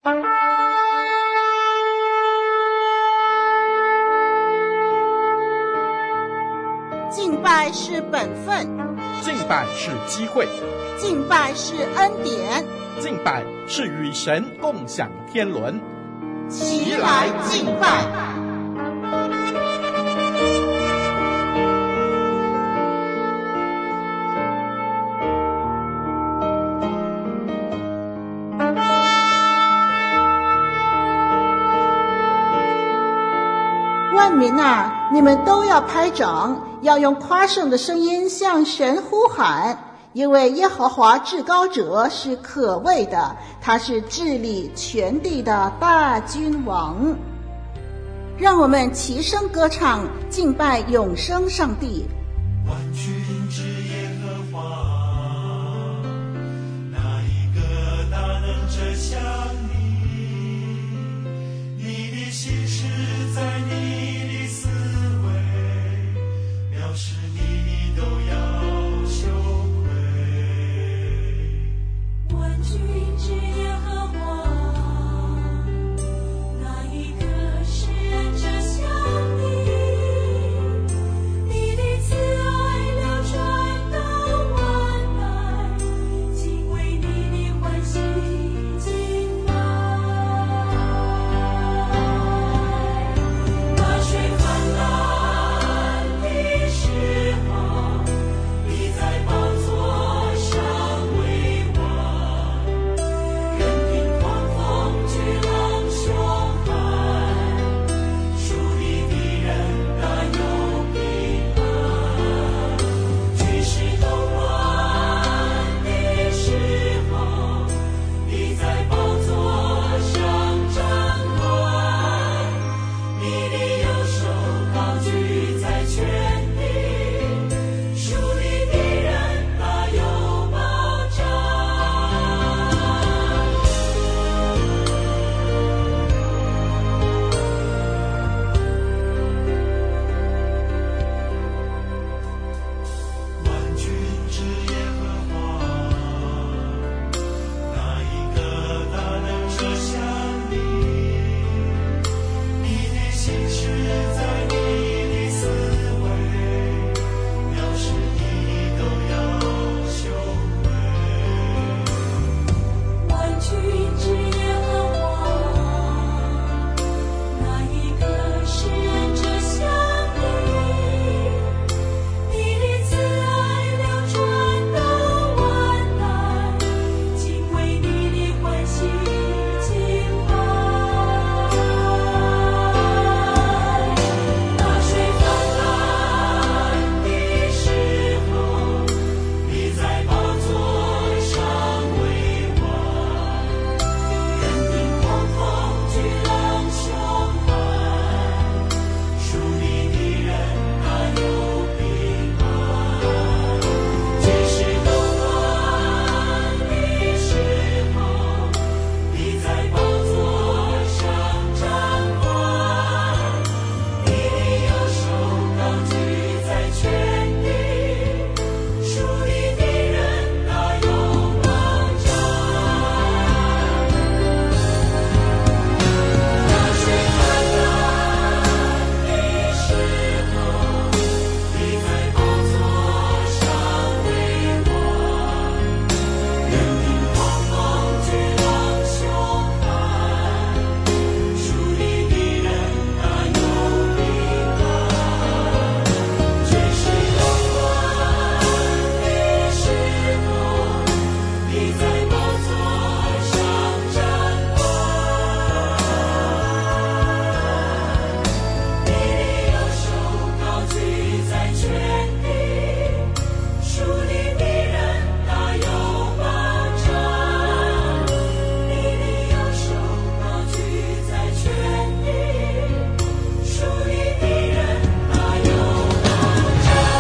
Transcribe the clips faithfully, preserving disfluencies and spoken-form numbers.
敬拜是本分， 敬拜是机会， 敬拜是恩典， 敬拜是与神共享天伦。 齐来敬拜。万民啊，你们都要拍掌，要用夸胜的声音向神呼喊，因为耶和华至高者是可畏的，他是治理全地的大君王。让我们齐声歌唱，敬拜永生上帝。 万军之耶和华，哪一个大能者像你？你的心事在你的思维，藐视你都要羞愧。 万军之耶和华，哪一个是人者像你？你的慈爱流传到万代，敬畏你的欢喜敬拜。大水泛滥的时候，你在宝座上为王，任凭狂风巨浪凶悍，属你的人大有平安。军事动乱的时候，你在宝座上掌管，你的右手高举在全地，属你的人大有保障。 万军之耶和华，哪一个大能者像你？你的心事在你的思维，藐视你都要羞愧。 万军之耶和华，哪一个是人者像你？你的慈爱流传到万代，敬畏你的欢喜敬拜。大水泛滥的时候，你在宝座上为王，任凭狂风巨浪凶悍，属你的人大有平安。军事动乱的时候，你在宝座上掌管，你的右手高举在全地，属你的人大有保障。大水泛滥的时候，你在宝座上为王，任凭狂风巨浪凶悍，属你的人大有平安。军事动乱的时候，你在宝座上掌管，你的右手高举在全地，属你的人大有保障。你的右手高举在全地，属你的人大有保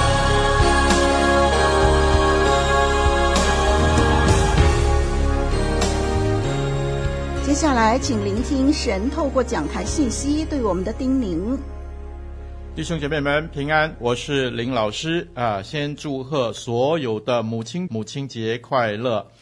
障。 接下来请聆听神透过讲台信息对我们的叮咛。 弟兄姐妹们平安，我是林老师啊。先祝贺所有的母亲母亲节快乐。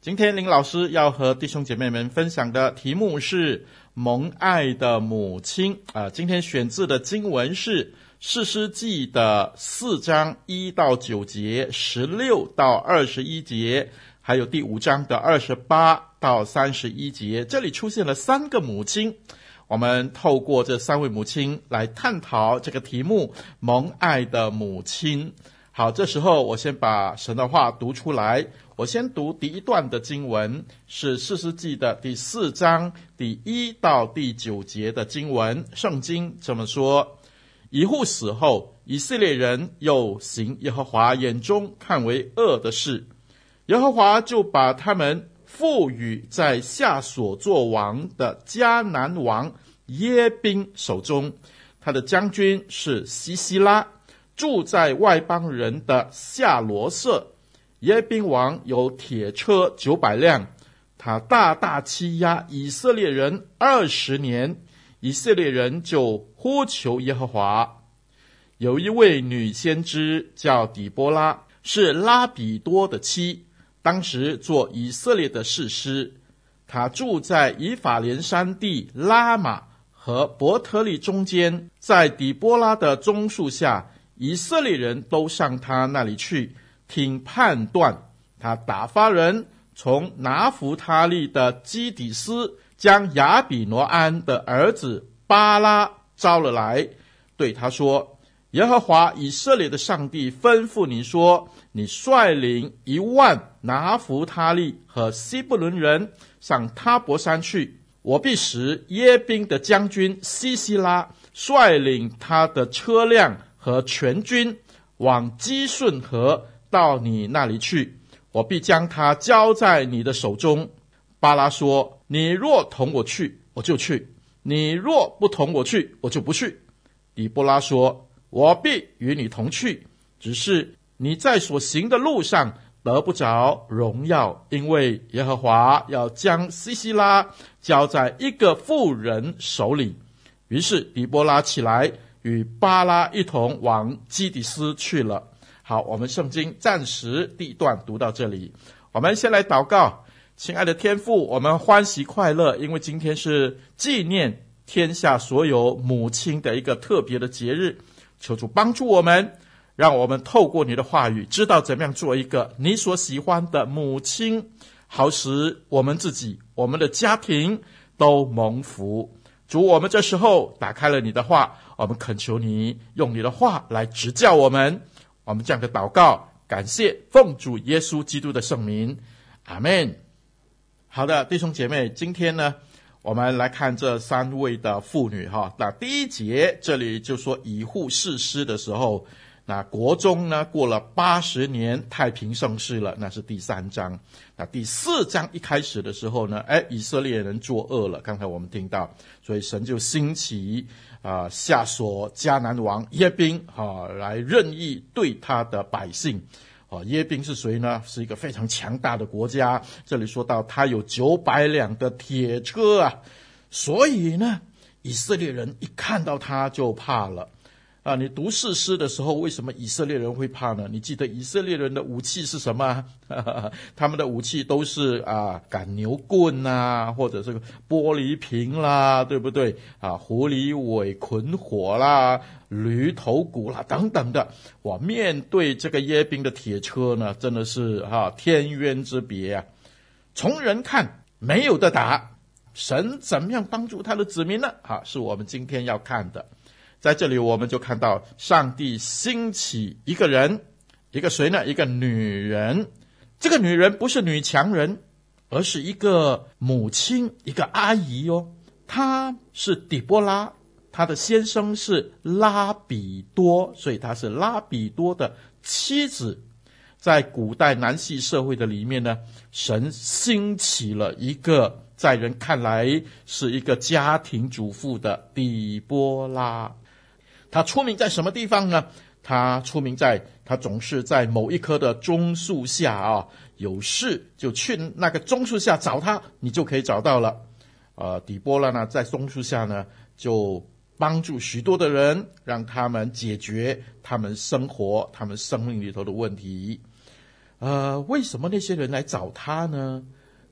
今天林老师要和弟兄姐妹们分享的题目是蒙爱的母亲啊。今天选自的经文是士师记的四章一到九节，十六到二十一节，还有第五章的二十八到三十一节。这里出现了三个母亲，我们透过这三位母亲来探讨这个题目蒙爱的母亲。好，这时候我先把神的话读出来。我先读第一段的经文，是士师记的第四章第一到第九节的经文。圣经这么说：以户死后，以色列人又行耶和华眼中看为恶的事，耶和华就把他们赋予在夏所作王的迦南王耶宾手中，他的将军是西西拉，住在外邦人的夏罗舍。耶宾王有铁车九百辆，他大大欺压以色列人二十年，以色列人就呼求耶和华。有一位女先知叫底波拉，是拉比多的妻，当时做以色列的士师。她住在以法莲山地拉玛和伯特利中间，在底波拉的棕树下，以色列人都上她那里去听判断。他打发人从拿弗他利的基底斯将亚比挪安的儿子巴拉招了来，对他说：耶和华以色列的上帝吩咐你说，你率领一万拿弗他利和西布伦人上他伯山去，我必使耶宾的将军西西拉率领他的车辆和全军往基顺河到你那里去，我必将他交在你的手中。巴拉说：你若同我去，我就去；你若不同我去，我就不去。底波拉说：我必与你同去，只是你在所行的路上得不着荣耀，因为耶和华要将西西拉交在一个妇人手里。于是底波拉起来，与巴拉一同往基底斯去了。好，我们圣经暂时第一段读到这里。我们先来祷告。亲爱的天父，我们欢喜快乐，因为今天是纪念天下所有母亲的一个特别的节日。求主帮助我们，让我们透过你的话语知道怎么样做一个你所喜欢的母亲，好使我们自己我们的家庭都蒙福。主，我们这时候打开了你的话，我们恳求你用你的话来指教我们。我们这样的祷告感谢奉主耶稣基督的圣名，阿们。好的，弟兄姐妹，今天呢我们来看这三位的妇女哈。那第一节这里就说以户士师的时候，那国中呢过了八十年太平盛世了，那是第三章。那第四章一开始的时候呢，哎，以色列人作恶了，刚才我们听到，所以神就兴起啊、呃、夏所迦南王耶宾啊来任意对他的百姓。哦，耶宾是谁呢？是一个非常强大的国家。这里说到他有九百辆的铁车啊，所以呢，以色列人一看到他就怕了。啊，你读士师的时候，为什么以色列人会怕呢？你记得以色列人的武器是什么？他们的武器都是啊赶牛棍啊，或者是玻璃瓶啦，对不对？啊，狐狸尾捆火啦，驴头骨啦等等的。哇，面对这个耶宾的铁车呢，真的是啊天渊之别啊！从人看没有的打，神怎么样帮助他的子民呢？啊，是我们今天要看的。在这里我们就看到上帝兴起一个人，一个谁呢？一个女人。这个女人不是女强人，而是一个母亲，一个阿姨哦。她是底波拉，她的先生是拉比多，所以她是拉比多的妻子。在古代南系社会的里面呢，神兴起了一个在人看来是一个家庭主妇的底波拉。他出名在什么地方呢？他出名在他总是在某一棵的棕树下啊，有事就去那个棕树下找他，你就可以找到了。呃，底波拉呢，在棕树下呢，就帮助许多的人，让他们解决他们生活、他们生命里头的问题。呃，为什么那些人来找他呢？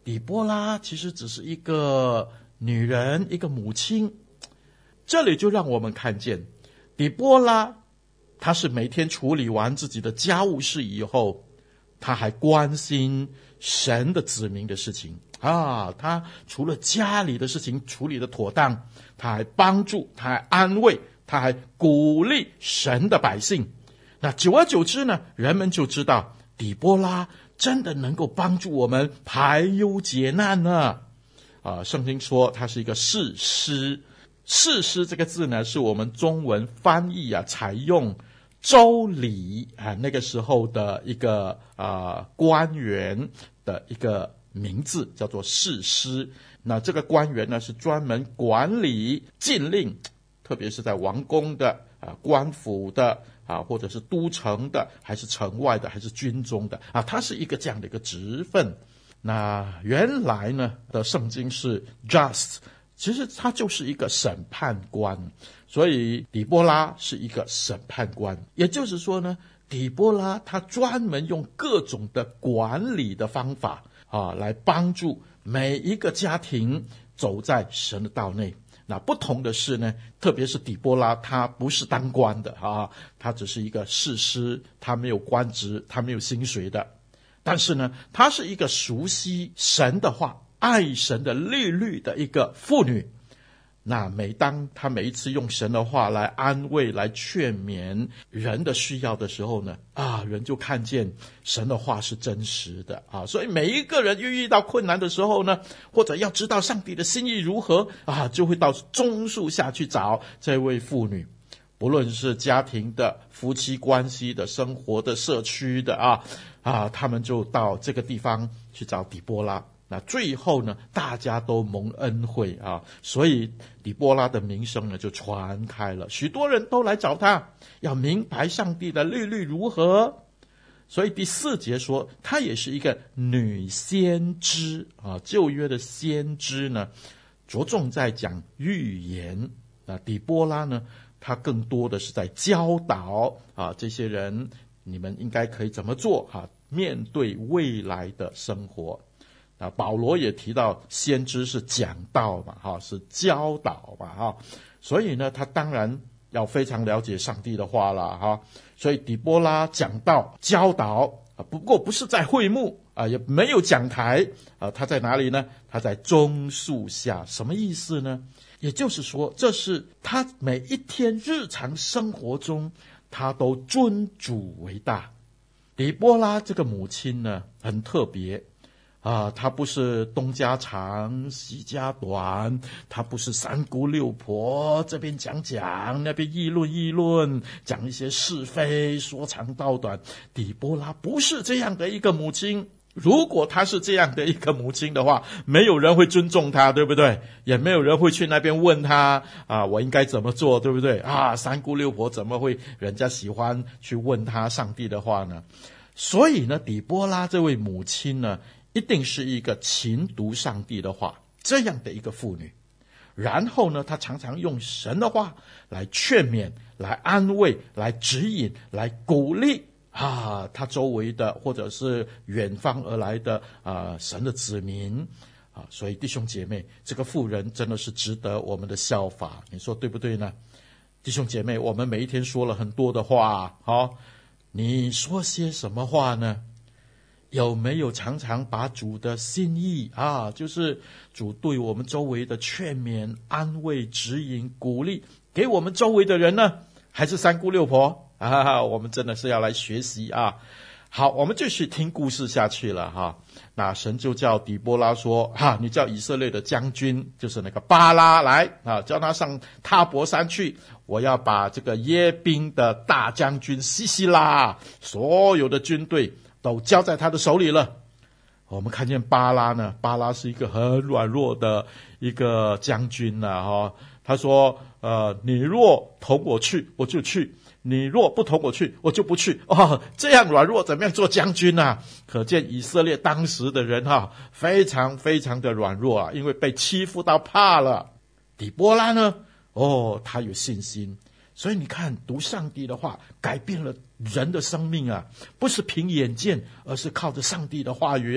底波拉其实只是一个女人，一个母亲。这里就让我们看见底波拉，她是每天处理完自己的家务事以后，她还关心神的子民的事情啊。她除了家里的事情处理的妥当，她还帮助，她还安慰，她还鼓励神的百姓。那久而久之呢，人们就知道底波拉真的能够帮助我们排忧解难呢。啊，圣经说他是一个士师。士师这个字呢，是我们中文翻译啊，采用周礼啊那个时候的一个啊官员的一个名字，叫做士师。那这个官员呢，是专门管理禁令，特别是在王宫的啊、官府的啊，或者是都城的，还是城外的，还是军中的啊，他是一个这样的一个职分。那原来呢的圣经是 just， 其实他就是一个审判官，所以底波拉是一个审判官。也就是说呢，底波拉他专门用各种的管理的方法啊，来帮助每一个家庭走在神的道内。那不同的是呢，特别是底波拉，他不是当官的啊，他只是一个士师，他没有官职，他没有薪水的。但是呢，他是一个熟悉神的话、爱神的律律的一个妇女。那每当他每一次用神的话来安慰、来劝勉人的需要的时候呢，啊，人就看见神的话是真实的啊。所以每一个人遇遇到困难的时候呢，或者要知道上帝的心意如何啊，就会到棕树下去找这位妇女。不论是家庭的、夫妻关系的、生活的、社区的啊啊，他们就到这个地方去找底波拉。那最后呢，大家都蒙恩惠啊，所以底波拉的名声呢就传开了，许多人都来找他，要明白上帝的律律如何。所以第四节说，她也是一个女先知啊，旧约的先知呢，着重在讲预言。那底波拉呢，她更多的是在教导啊，这些人你们应该可以怎么做啊，面对未来的生活。啊，保罗也提到先知是讲道嘛，哈，是教导嘛，哈，所以呢，他当然要非常了解上帝的话了，哈。所以底波拉讲道、教导啊，不过不是在会幕啊，也没有讲台啊，他在哪里呢？他在棕树下，什么意思呢？也就是说，这是他每一天日常生活中，他都尊主为大。底波拉这个母亲呢，很特别。啊，他不是东家长西家短，他不是三姑六婆，这边讲讲，那边议论议论，讲一些是非，说长道短。底波拉不是这样的一个母亲。如果她是这样的一个母亲的话，没有人会尊重她，对不对？也没有人会去那边问她啊，我应该怎么做，对不对？啊，三姑六婆怎么会人家喜欢去问她上帝的话呢？所以呢，底波拉这位母亲呢，一定是一个勤读上帝的话这样的一个妇女。然后呢，她常常用神的话来劝勉、来安慰、来指引、来鼓励啊，她周围的或者是远方而来的啊神的子民啊。所以弟兄姐妹，这个妇人真的是值得我们的效法，你说对不对呢？弟兄姐妹，我们每一天说了很多的话，好，你说些什么话呢？有没有常常把主的心意啊，就是主对我们周围的劝勉、安慰、指引、鼓励，给我们周围的人呢？还是三姑六婆啊？我们真的是要来学习啊！好，我们继续听故事下去了哈。那神就叫底波拉说：“哈，你叫以色列的将军，就是那个巴拉来啊，叫他上塔伯山去。我要把这个耶宾的大将军西西拉所有的军队都交在他的手里了。”我们看见巴拉呢，巴拉是一个很软弱的一个将军呐、啊，哈。他说：“呃，你若同我去，我就去；你若不同我去，我就不去。”哦，这样软弱，怎么样做将军啊？可见以色列当时的人哈、啊，非常非常的软弱啊，因为被欺负到怕了。底波拉呢？哦，他有信心。所以你看，读上帝的话改变了人的生命啊，不是凭眼见，而是靠着上帝的话语啊。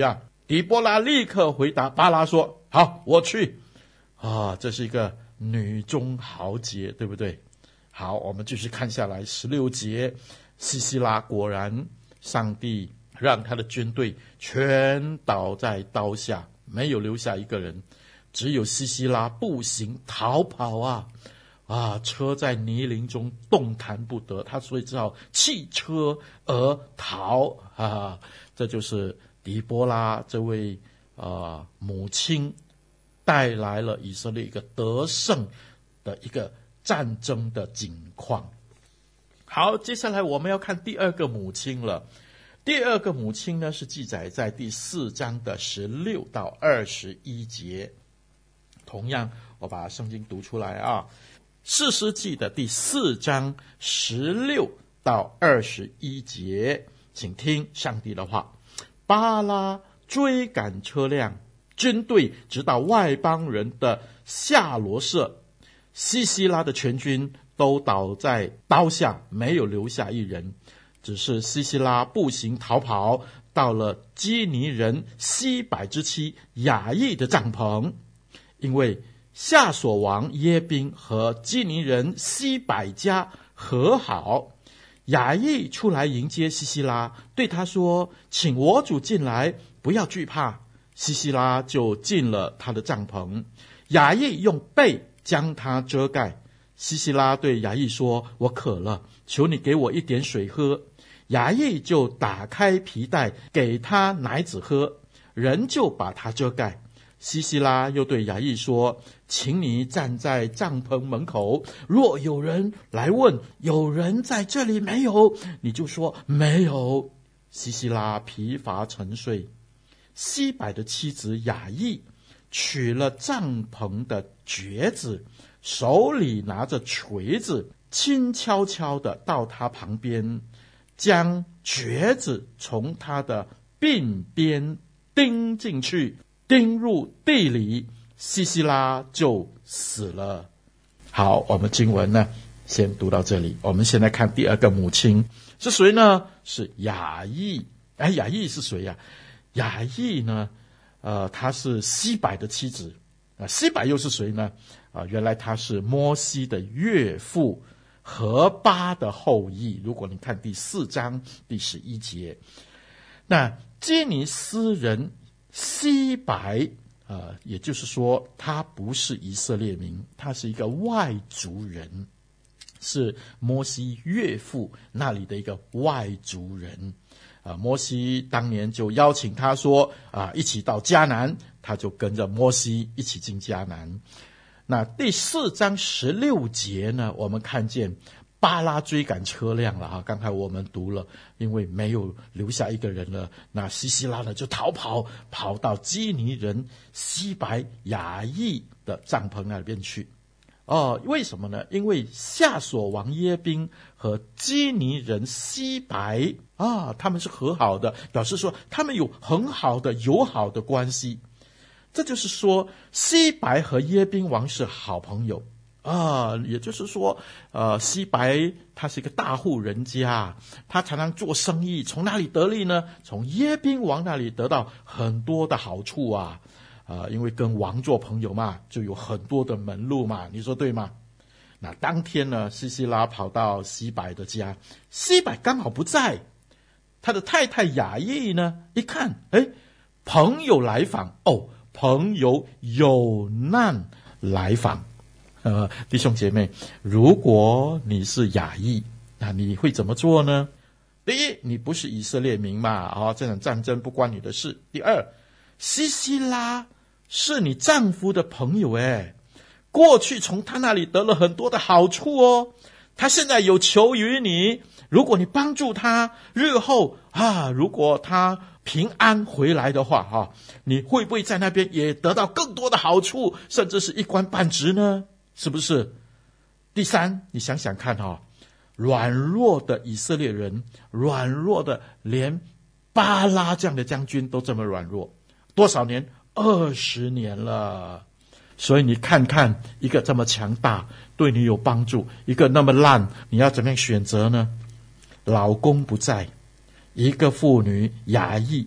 底波拉立刻回答巴拉说：好，我去。啊，这是一个女中豪杰，对不对？好，我们继续看下来，十六节，西西拉果然，上帝让他的军队全倒在刀下，没有留下一个人，只有西西拉步行逃跑啊！啊，车在泥泞中动弹不得，他所以只好弃车而逃啊！这就是底波拉这位啊母亲带来了以色列一个得胜的一个战争的景况。好，接下来我们要看第二个母亲了。第二个母亲呢，是记载在第四章的十六到二十一节。同样，我把圣经读出来啊，士师记的第四章十六到二十一节，请听上帝的话。巴拉追赶车辆，军队直到外邦人的夏罗舍，西西拉的全军都倒在刀下，没有留下一人。只是西西拉步行逃跑，到了基尼人西百之妻雅亿的帐篷，因为夏所王耶宾和基尼人西百家和好。雅亿出来迎接西西拉，对他说：请我主进来，不要惧怕。西西拉就进了他的帐篷，雅亿用被将他遮盖。西西拉对雅亿说：我渴了，求你给我一点水喝。雅亿就打开皮带给他奶子喝，人就把他遮盖。西西拉又对雅亿说：请你站在帐篷门口，若有人来问有人在这里没有，你就说没有。西西拉疲乏沉睡。西百的妻子雅亿取了帐篷的橛子，手里拿着锤子，轻悄悄地到他旁边，将橛子从他的鬓边钉进去，钉入地里，西西拉就死了。好，我们经文呢先读到这里。我们现在看第二个母亲是谁呢？是雅亿。哎，雅亿是谁呀、啊？雅亿呢呃，她是西百的妻子。啊，西百又是谁呢？啊，原来他是摩西的岳父，何巴的后裔。如果你看第四章第十一节，那基尼斯人西百，呃，也就是说他不是以色列民，他是一个外族人，是摩西岳父那里的一个外族人。啊，摩西当年就邀请他说啊，一起到迦南，他就跟着摩西一起进迦南。那第四章十六节呢，我们看见巴拉追赶车辆了啊，刚才我们读了，因为没有留下一个人了，那西西拉呢就逃跑，跑到基尼人西百雅亿的帐篷那边去。哦，为什么呢？因为夏所王耶宾和基尼人西百啊，他们是和好的，表示说他们有很好的友好的关系。这就是说，西百和耶宾王是好朋友啊，也就是说，呃，西百他是一个大户人家，他常常做生意，从哪里得利呢？从耶宾王那里得到很多的好处啊。啊、呃，因为跟王做朋友嘛，就有很多的门路嘛，你说对吗？那当天呢，西西拉跑到西百的家，西百刚好不在，他的太太雅亿呢，一看，哎，朋友来访，哦，朋友有难来访。呃，弟兄姐妹，如果你是雅亿，那你会怎么做呢？第一，你不是以色列民嘛，啊、哦，这场战争不关你的事。第二，西西拉是你丈夫的朋友诶，过去从他那里得了很多的好处哦，他现在有求于你，如果你帮助他，日后啊，如果他平安回来的话哈、啊，你会不会在那边也得到更多的好处，甚至是一官半职呢？是不是？第三，你想想看哈、啊，软弱的以色列人，软弱的连巴拉这样的将军都这么软弱，多少年？二十年了。所以你看看，一个这么强大，对你有帮助，一个那么烂，你要怎么样选择呢？老公不在，一个妇女雅亿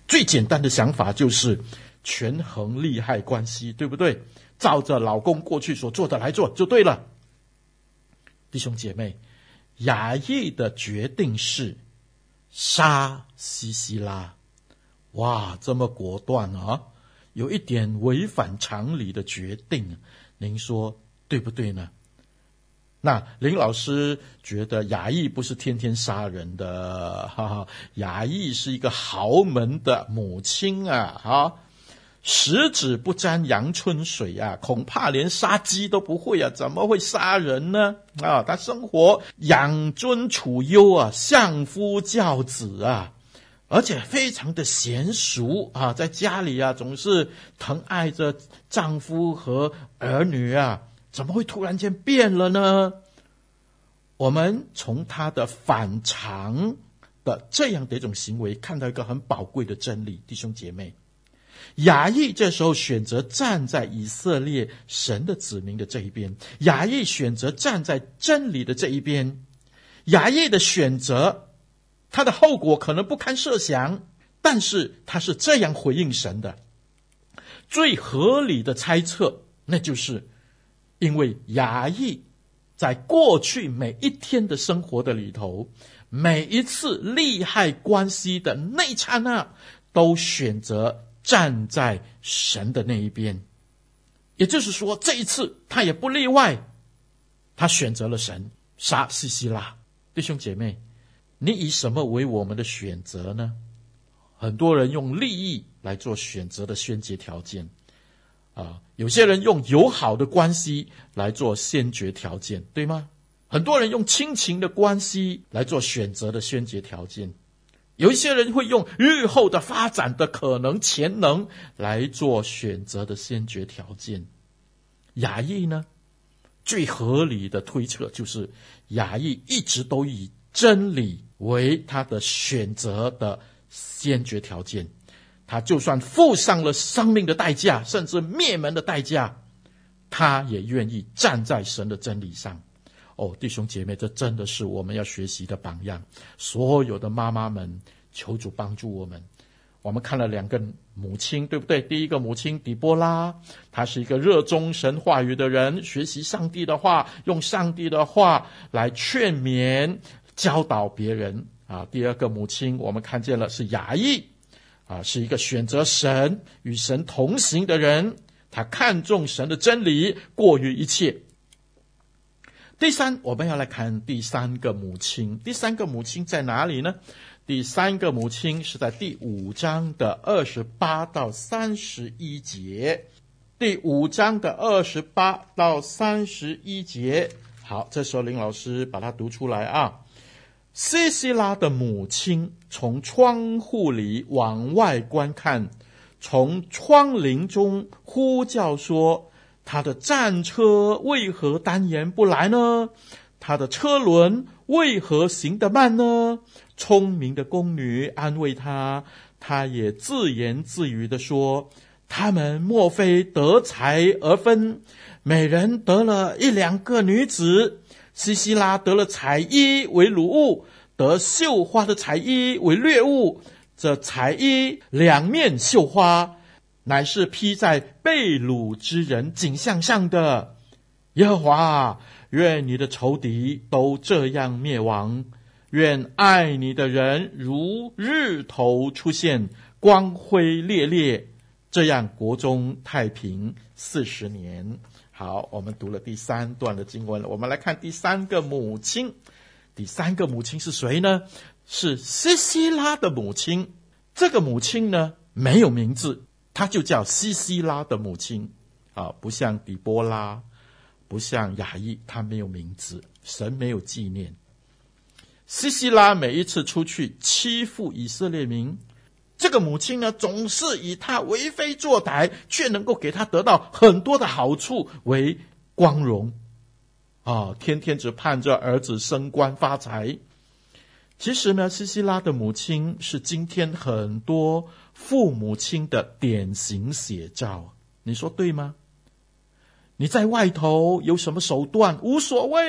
最简单的想法就是权衡利害关系，对不对？照着老公过去所做的来做就对了。弟兄姐妹，雅亿的决定是杀西西拉。哇，这么果断啊，有一点违反常理的决定，您说对不对呢？那林老师觉得雅亿不是天天杀人的，哈哈，雅亿是一个豪门的母亲啊，哈，十指不沾阳春水啊，恐怕连杀鸡都不会啊，怎么会杀人呢？啊，他生活养尊处优啊，相夫教子啊，而且非常的娴熟啊，在家里啊总是疼爱着丈夫和儿女啊，怎么会突然间变了呢？我们从他的反常的这样的一种行为看到一个很宝贵的真理，弟兄姐妹，雅亿这时候选择站在以色列神的子民的这一边，雅亿选择站在真理的这一边。雅亿的选择，他的后果可能不堪设想，但是他是这样回应神的。最合理的猜测，那就是因为雅亿在过去每一天的生活的里头，每一次利害关系的那一刹那，都选择站在神的那一边。也就是说，这一次他也不例外，他选择了神，杀西西拉。弟兄姐妹，你以什么为我们的选择呢？很多人用利益来做选择的先决条件啊，有些人用友好的关系来做先决条件，对吗？很多人用亲情的关系来做选择的先决条件，有一些人会用日后的发展的可能潜能来做选择的先决条件。雅亿呢，最合理的推测就是雅亿一直都以真理为他的选择的先决条件，他就算付上了生命的代价，甚至灭门的代价，他也愿意站在神的真理上。哦，弟兄姐妹，这真的是我们要学习的榜样。所有的妈妈们，求主帮助我们。我们看了两个母亲，对不对？第一个母亲底波拉，她是一个热衷神话语的人，学习上帝的话，用上帝的话来劝勉教导别人啊。第二个母亲我们看见了是雅亿啊，是一个选择神与神同行的人，他看重神的真理过于一切。第三，我们要来看第三个母亲。第三个母亲在哪里呢？第三个母亲是在第五章的二十八到三十一节。第五章的二十八到三十一节。好，这时候林老师把它读出来啊。西西拉的母亲从窗户里往外观看，从窗棂中呼叫说，他的战车为何单言不来呢？他的车轮为何行得慢呢？聪明的宫女安慰他，他也自言自语地说，他们莫非得财而分，每人得了一两个女子，西西拉得了彩衣为掳物，得绣花的彩衣为掠物，这彩衣两面绣花，乃是披在被掳之人颈项上的。耶和华，愿你的仇敌都这样灭亡，愿爱你的人如日头出现，光辉烈烈，这样国中太平四十年。好，我们读了第三段的经文了，我们来看第三个母亲。第三个母亲是谁呢？是西西拉的母亲。这个母亲呢，没有名字，她就叫西西拉的母亲啊，不像底波拉，不像雅亿，她没有名字，神没有纪念。西西拉每一次出去欺负以色列民，这个母亲呢，总是以她为非作歹，却能够给她得到很多的好处为光荣啊，天天只盼着儿子升官发财。其实呢，西西拉的母亲是今天很多父母亲的典型写照，你说对吗？你在外头有什么手段无所谓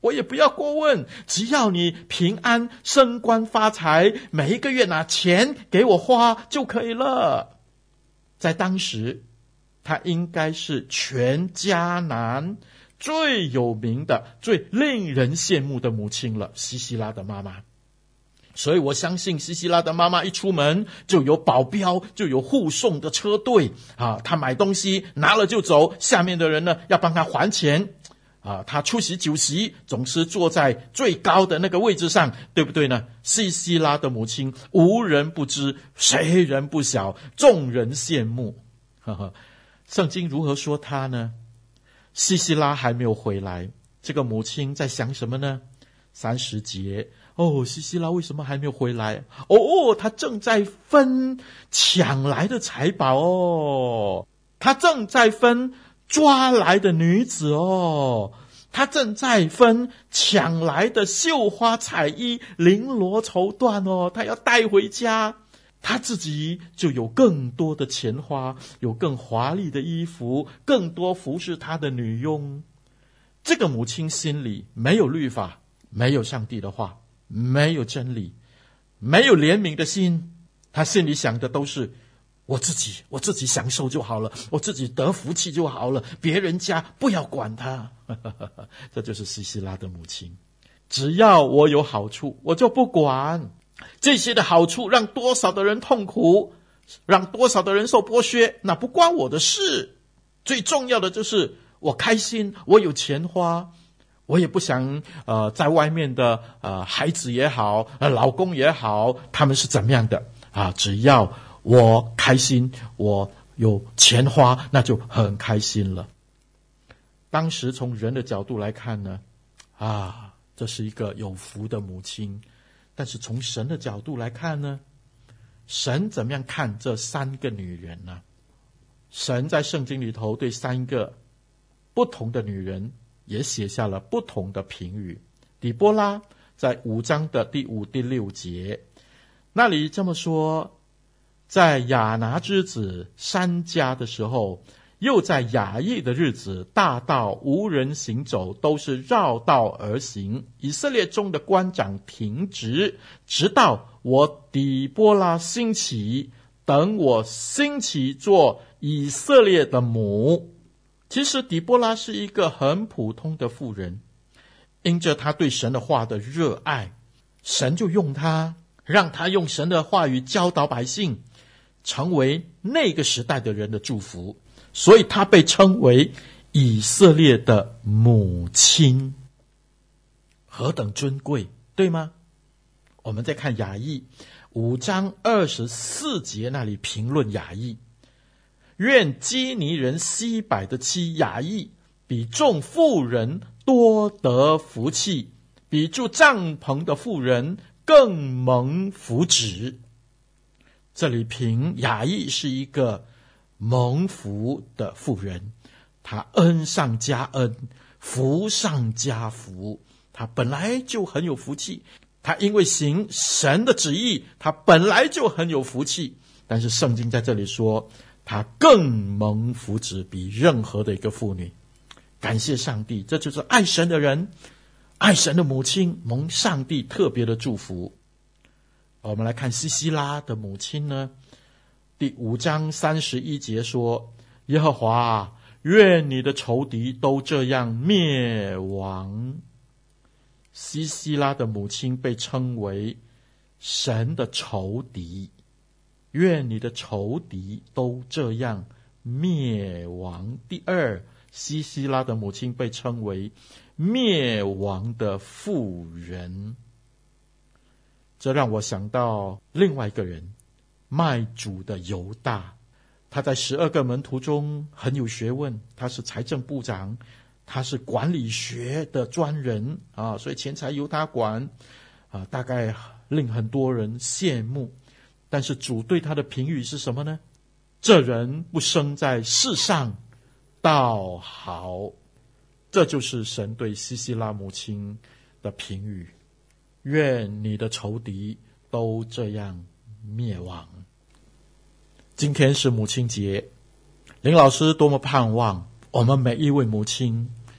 我也不要过问，只要你平安升官发财，每一个月拿钱给我花就可以了。在当时，她应该是全迦南最有名的、最令人羡慕的母亲了，西西拉的妈妈。所以我相信西西拉的妈妈一出门就有保镖，就有护送的车队啊，她买东西拿了就走，下面的人呢要帮她还钱啊。她出席酒席总是坐在最高的那个位置上，对不对呢？西西拉的母亲无人不知，谁人不晓，众人羡慕。呵呵，圣经如何说她呢？西西拉还没有回来，这个母亲在想什么呢？三十节，哦，西西拉为什么还没有回来？哦，他正在分抢来的财宝哦，他正在分抓来的女子哦，他正在分抢来的绣花彩衣、绫罗绸缎哦，他要带回家。他自己就有更多的钱花，有更华丽的衣服，更多服侍他的女佣。这个母亲心里没有律法，没有上帝的话，没有真理，没有怜悯的心。他心里想的都是我自己，我自己享受就好了，我自己得福气就好了，别人家不要管他。这就是西西拉的母亲，只要我有好处，我就不管。这些的好处让多少的人痛苦，让多少的人受剥削，那不关我的事。最重要的就是我开心，我有钱花，我也不想呃，在外面的呃孩子也好，呃老公也好，他们是怎么样的啊？只要我开心，我有钱花，那就很开心了。当时从人的角度来看呢，啊，这是一个有福的母亲。但是从神的角度来看呢，神怎么样看这三个女人呢？神在圣经里头对三个不同的女人也写下了不同的评语。底波拉在五章的第五、第六节，那里这么说：在亚拿之子珊迦的时候，又在雅亿的日子，大道无人行走，都是绕道而行。以色列中的官长停职，直到我底波拉兴起，等我兴起做以色列的母。其实底波拉是一个很普通的妇人，因着他对神的话的热爱，神就用他，让他用神的话语教导百姓，成为那个时代的人的祝福。所以她被称为以色列的母亲，何等尊贵，对吗？我们再看雅亿五章二十四节，那里评论雅亿：愿基尼人西百的妻雅亿比众妇人多得福气，比住帐篷的妇人更蒙福祉。这里评雅亿是一个蒙福的妇人，她恩上加恩，福上加福，她本来就很有福气，她因为行神的旨意，她本来就很有福气。但是圣经在这里说，她更蒙福祉，比任何的一个妇女。感谢上帝，这就是爱神的人，爱神的母亲，蒙上帝特别的祝福。我们来看西西拉的母亲呢，第五章三十一节说：耶和华，愿你的仇敌都这样灭亡。西西拉的母亲被称为神的仇敌，愿你的仇敌都这样灭亡。第二，西西拉的母亲被称为灭亡的妇人。这让我想到另外一个人，卖主的犹大。他在十二个门徒中很有学问，他是财政部长，他是管理学的专人啊，所以钱财由他管啊，大概令很多人羡慕。但是主对他的评语是什么呢？这人不生在世上，倒好。这就是神对西西拉母亲的评语：愿你的仇敌都这样灭亡。今天是母亲节，林老师多么盼望我们每一位母亲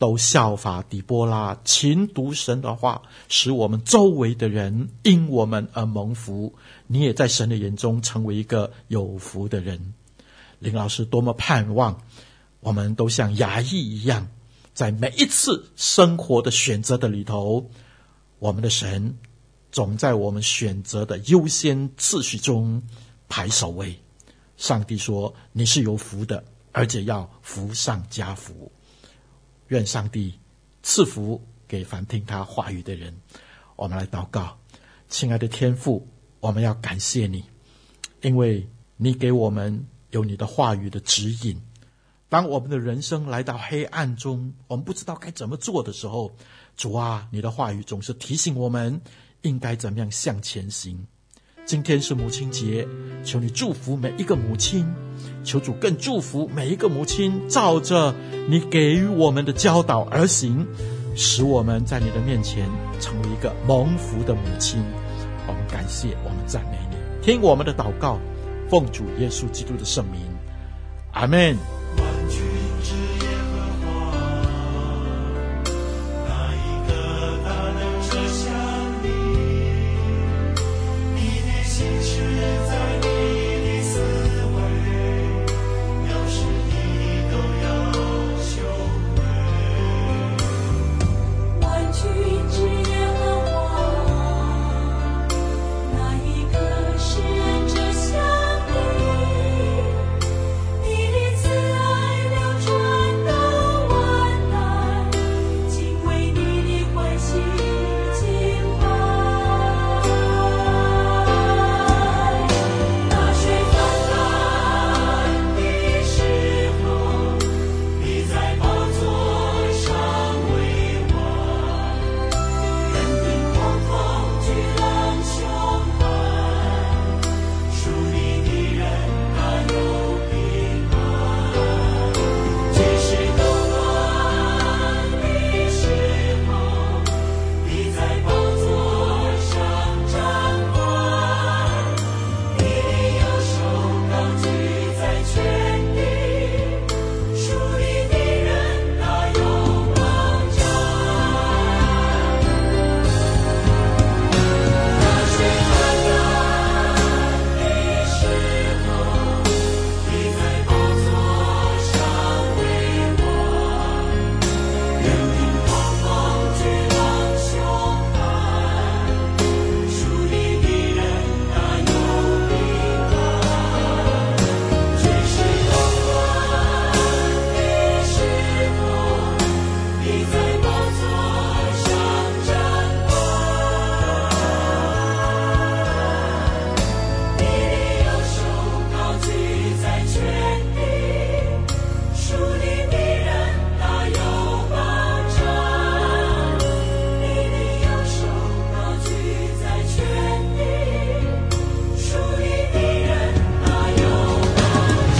都效法底波拉，勤读神的话，使我们周围的人因我们而蒙福。你也在神的眼中成为一个有福的人。林老师多么盼望我们都像雅意一样，在每一次生活的选择的里头，我们的神总在我们选择的优先次序中排首位。上帝说你是有福的，而且要福上加福。愿上帝赐福给凡听他话语的人。我们来祷告。亲爱的天父，我们要感谢你，因为你给我们有你的话语的指引。当我们的人生来到黑暗中，我们不知道该怎么做的时候，主啊，你的话语总是提醒我们应该怎么样向前行。今天是母亲节，求你祝福每一个母亲，求主更祝福每一个母亲照着你给予我们的教导而行，使我们在你的面前成为一个蒙福的母亲。我们感谢，我们赞美你，听我们的祷告，奉主耶稣基督的圣名，阿们。 万军之耶和华，哪一个大能遮向你？你的心事在你的思维，要是你都要修为。 万军之耶和华，哪一个是人遮向你？你的慈爱流传到万代，敬畏你的欢喜敬拜。大水泛滥的时候，你在宝座上为王，任凭狂风巨浪凶悍，属你的人大有平安。军事动乱的时候，你在宝座上掌管，你的右手高举在全地，属你的人大有保障。大水泛滥的时候，你在宝座上为王，任凭狂风巨浪凶悍，属你的人大有平安。军事动乱的时候，你在宝座上掌管，你的右手高举在全地，属你的人大有保障。你的右手高举在全地，属你的人大有保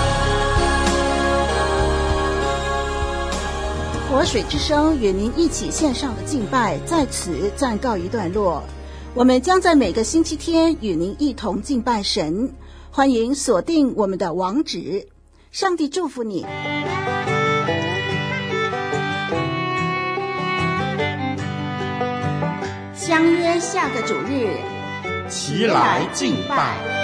障。 活水之声与您一起线上的敬拜在此暂告一段落，我们将在每个星期天与您一同敬拜神，欢迎锁定我们的网址。上帝祝福你。相约下个主日， 齐来敬拜。